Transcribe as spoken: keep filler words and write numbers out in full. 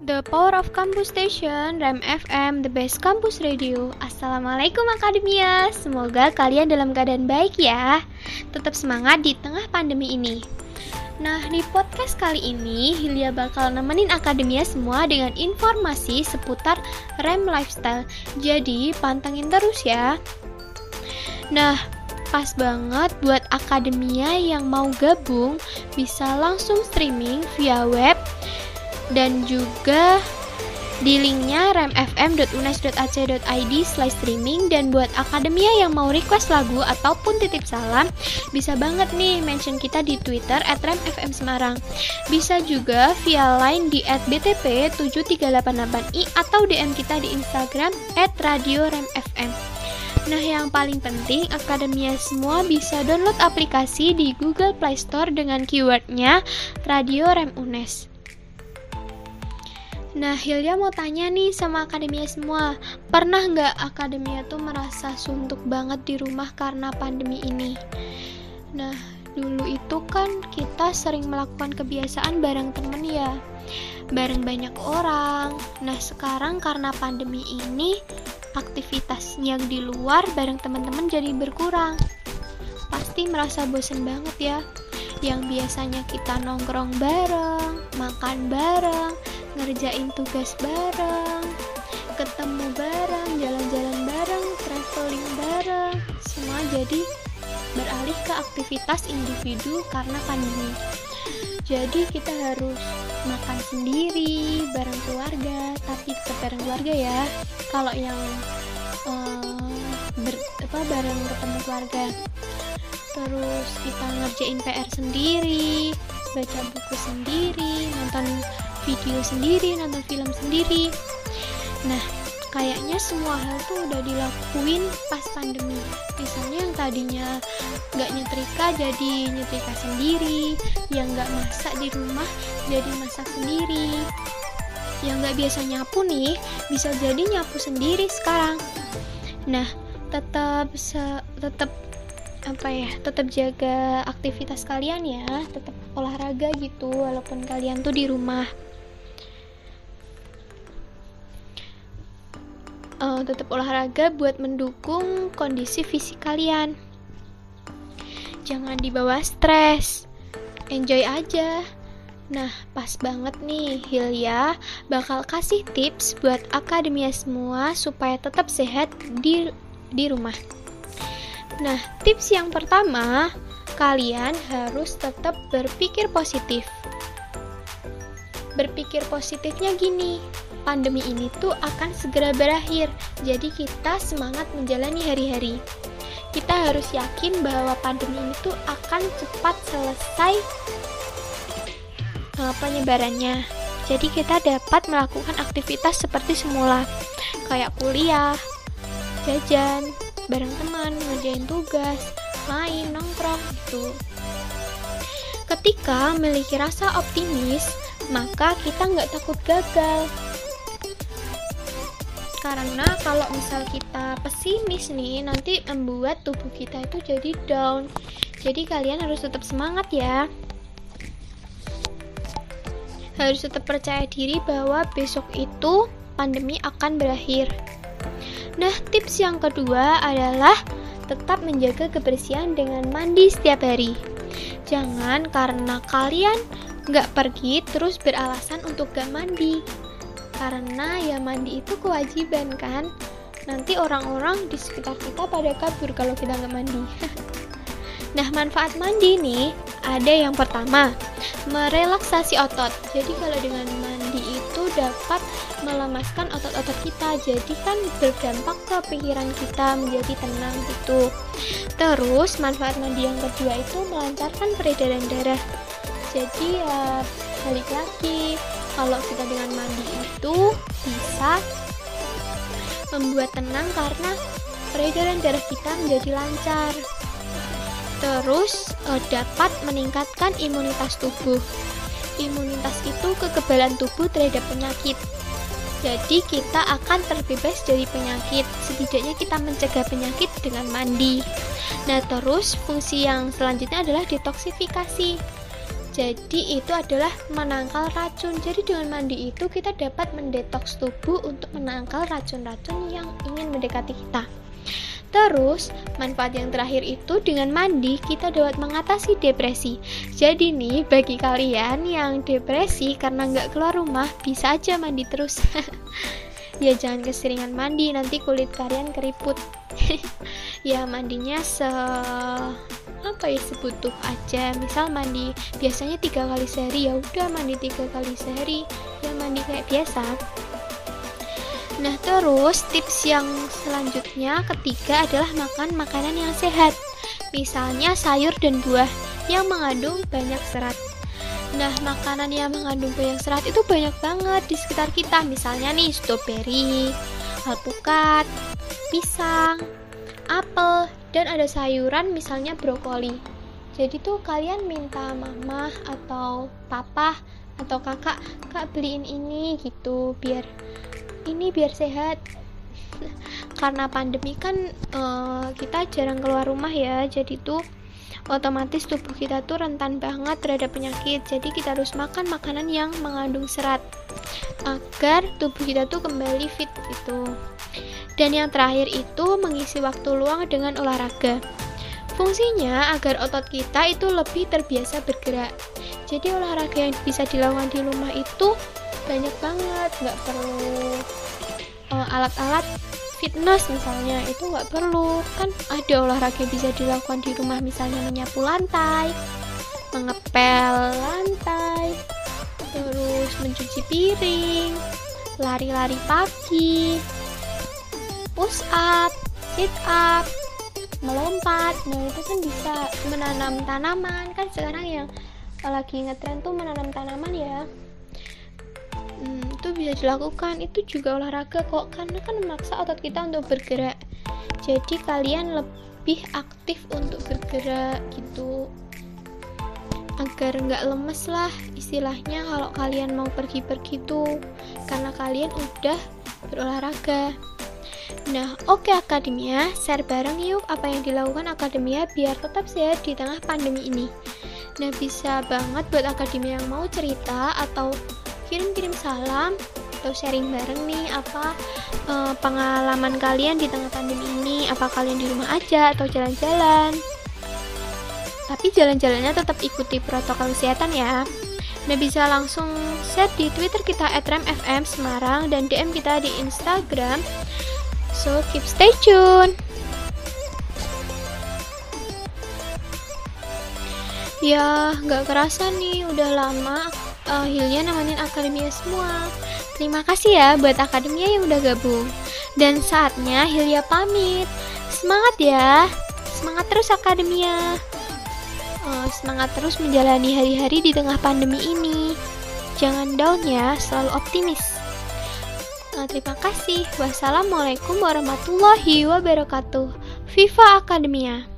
The Power of Campus Station, R E M F M, The Best Campus Radio. Assalamualaikum Akademia, semoga kalian dalam keadaan baik ya. Tetap semangat di tengah pandemi ini. Nah, di podcast kali ini Hilya bakal nemenin Akademia semua dengan informasi seputar R E M Lifestyle. Jadi, pantengin terus ya. Nah, pas banget buat Akademia yang mau gabung, bisa langsung streaming via web dan juga di linknya remfm dot unes dot a c dot i d slash streaming. Dan buat Akademia yang mau request lagu ataupun titip salam, bisa banget nih mention kita di Twitter at remfm semarang. Bisa juga via line di at b t p tujuh tiga delapan delapan i atau D M kita di Instagram at radio remfm. Nah, yang paling penting Akademia semua bisa download aplikasi di Google Play Store dengan keywordnya Radio Rem Unes. Nah, Hilya mau tanya nih sama Akademia semua, pernah nggak Akademia tuh merasa suntuk banget di rumah karena pandemi ini? Nah, dulu itu kan kita sering melakukan kebiasaan bareng temen ya, bareng banyak orang. Nah, sekarang karena pandemi ini, aktivitas yang di luar bareng teman-teman jadi berkurang. Pasti merasa bosen banget ya, yang biasanya kita nongkrong bareng, makan bareng, ngerjain tugas bareng, ketemu bareng, jalan-jalan bareng, traveling bareng, semua jadi beralih ke aktivitas individu karena pandemi. Jadi kita harus makan sendiri bareng keluarga, tapi tetap bareng keluarga ya. Kalau yang uh, ber, apa, bareng ketemu keluarga, terus kita ngerjain P R sendiri, baca buku sendiri, nonton video sendiri, nonton film sendiri. Nah, kayaknya semua hal tuh udah dilakuin pas pandemi. Misalnya yang tadinya nggak nyetrika jadi nyetrika sendiri, yang nggak masak di rumah jadi masak sendiri, yang nggak biasa nyapu nih bisa jadi nyapu sendiri sekarang. Nah, tetap se- tetap apa ya, tetap jaga aktivitas kalian ya, tetap olahraga gitu walaupun kalian tuh di rumah. Uh, tetap olahraga buat mendukung kondisi fisik kalian. Jangan dibawa stres, enjoy aja. Nah, pas banget nih Hilya bakal kasih tips buat Akademia semua supaya tetap sehat di di rumah. Nah, tips yang pertama, kalian harus tetap berpikir positif. Berpikir positifnya gini, pandemi ini tuh akan segera berakhir, jadi kita semangat menjalani hari-hari. Kita harus yakin bahwa pandemi ini tuh akan cepat selesai uh, penyebarannya. Jadi kita dapat melakukan aktivitas seperti semula, kayak kuliah, jajan, bareng teman, ngerjain tugas, main, nongkrong gitu. Ketika memiliki rasa optimis, maka kita nggak takut gagal. Karena kalau misal kita pesimis nih, nanti membuat tubuh kita itu jadi down. Jadi kalian harus tetap semangat ya. Harus tetap percaya diri bahwa besok itu pandemi akan berakhir. Nah, tips yang kedua adalah tetap menjaga kebersihan dengan mandi setiap hari. Jangan karena kalian nggak pergi terus beralasan untuk gak mandi. Karena ya mandi itu kewajiban kan. Nanti orang-orang di sekitar kita pada kabur kalau kita nggak mandi. Nah, manfaat mandi nih ada yang pertama, merelaksasi otot. Jadi kalau dengan mandi itu dapat melemaskan otot-otot kita. Jadi kan berdampak ke pikiran kita menjadi tenang gitu. Terus manfaat mandi yang kedua itu melancarkan peredaran darah. Jadi ya balik lagi, kalau kita dengan mandi itu bisa membuat tenang karena peredaran darah kita menjadi lancar. Terus eh, dapat meningkatkan imunitas tubuh. Imunitas itu kekebalan tubuh terhadap penyakit. Jadi kita akan terbebas dari penyakit. Setidaknya kita mencegah penyakit dengan mandi. Nah, terus fungsi yang selanjutnya adalah detoksifikasi. Jadi itu adalah menangkal racun. Jadi dengan mandi itu kita dapat mendetoks tubuh untuk menangkal racun-racun yang ingin mendekati kita. Terus, manfaat yang terakhir itu dengan mandi kita dapat mengatasi depresi. Jadi nih, bagi kalian yang depresi karena nggak keluar rumah, bisa aja mandi terus. Ya jangan keseringan mandi, nanti kulit kalian keriput. Ya mandinya se apa ya sebutuh aja. Misal mandi biasanya tiga kali sehari, ya udah mandi tiga kali sehari. Ya mandi kayak biasa. Nah, terus tips yang selanjutnya ketiga adalah makan makanan yang sehat. Misalnya sayur dan buah yang mengandung banyak serat. Nah, makanan yang mengandung banyak serat itu banyak banget di sekitar kita. Misalnya nih, stroberi, alpukat, pisang, apel, dan ada sayuran misalnya brokoli. Jadi tuh kalian minta mama atau papa atau kakak, kak beliin ini gitu, biar ini biar sehat. Karena pandemi kan uh, kita jarang keluar rumah ya, jadi tuh otomatis tubuh kita tuh rentan banget terhadap penyakit. Jadi kita harus makan makanan yang mengandung serat agar tubuh kita tuh kembali fit gitu. Dan yang terakhir itu mengisi waktu luang dengan olahraga. Fungsinya agar otot kita itu lebih terbiasa bergerak. Jadi olahraga yang bisa dilakukan di rumah itu banyak banget, nggak perlu uh, alat-alat fitness misalnya, itu nggak perlu. Kan ada olahraga yang bisa dilakukan di rumah, misalnya menyapu lantai, mengepel lantai, terus mencuci piring, lari-lari pagi, push up, sit up, melompat. Nah itu kan bisa menanam tanaman, kan sekarang yang lagi ngetren tuh menanam tanaman ya. Hmm, itu bisa dilakukan, itu juga olahraga kok, karena kan memaksa otot kita untuk bergerak. Jadi kalian lebih aktif untuk bergerak gitu, agar nggak lemes lah istilahnya kalau kalian mau pergi-pergi tuh, karena kalian udah berolahraga. Nah, oke okay, Akademia, share bareng yuk apa yang dilakukan Akademia biar tetap sehat di tengah pandemi ini. Nah, bisa banget buat Akademia yang mau cerita atau kirim-kirim salam atau sharing bareng nih apa uh, pengalaman kalian di tengah pandemi ini. Apa kalian di rumah aja atau jalan-jalan? Tapi jalan-jalannya tetap ikuti protokol kesehatan ya. Nah, bisa langsung share di Twitter kita et rem ef em Semarang dan D M kita di Instagram. So, keep stay tune. Ya, nggak kerasa nih udah lama uh, Hilya nemenin Akademia semua. Terima kasih ya buat Akademia yang udah gabung. Dan saatnya Hilya pamit. Semangat ya, semangat terus Akademia. Uh, semangat terus menjalani hari-hari di tengah pandemi ini. Jangan down ya, selalu optimis. Uh, terima kasih. Wassalamualaikum warahmatullahi wabarakatuh. Viva Akademia.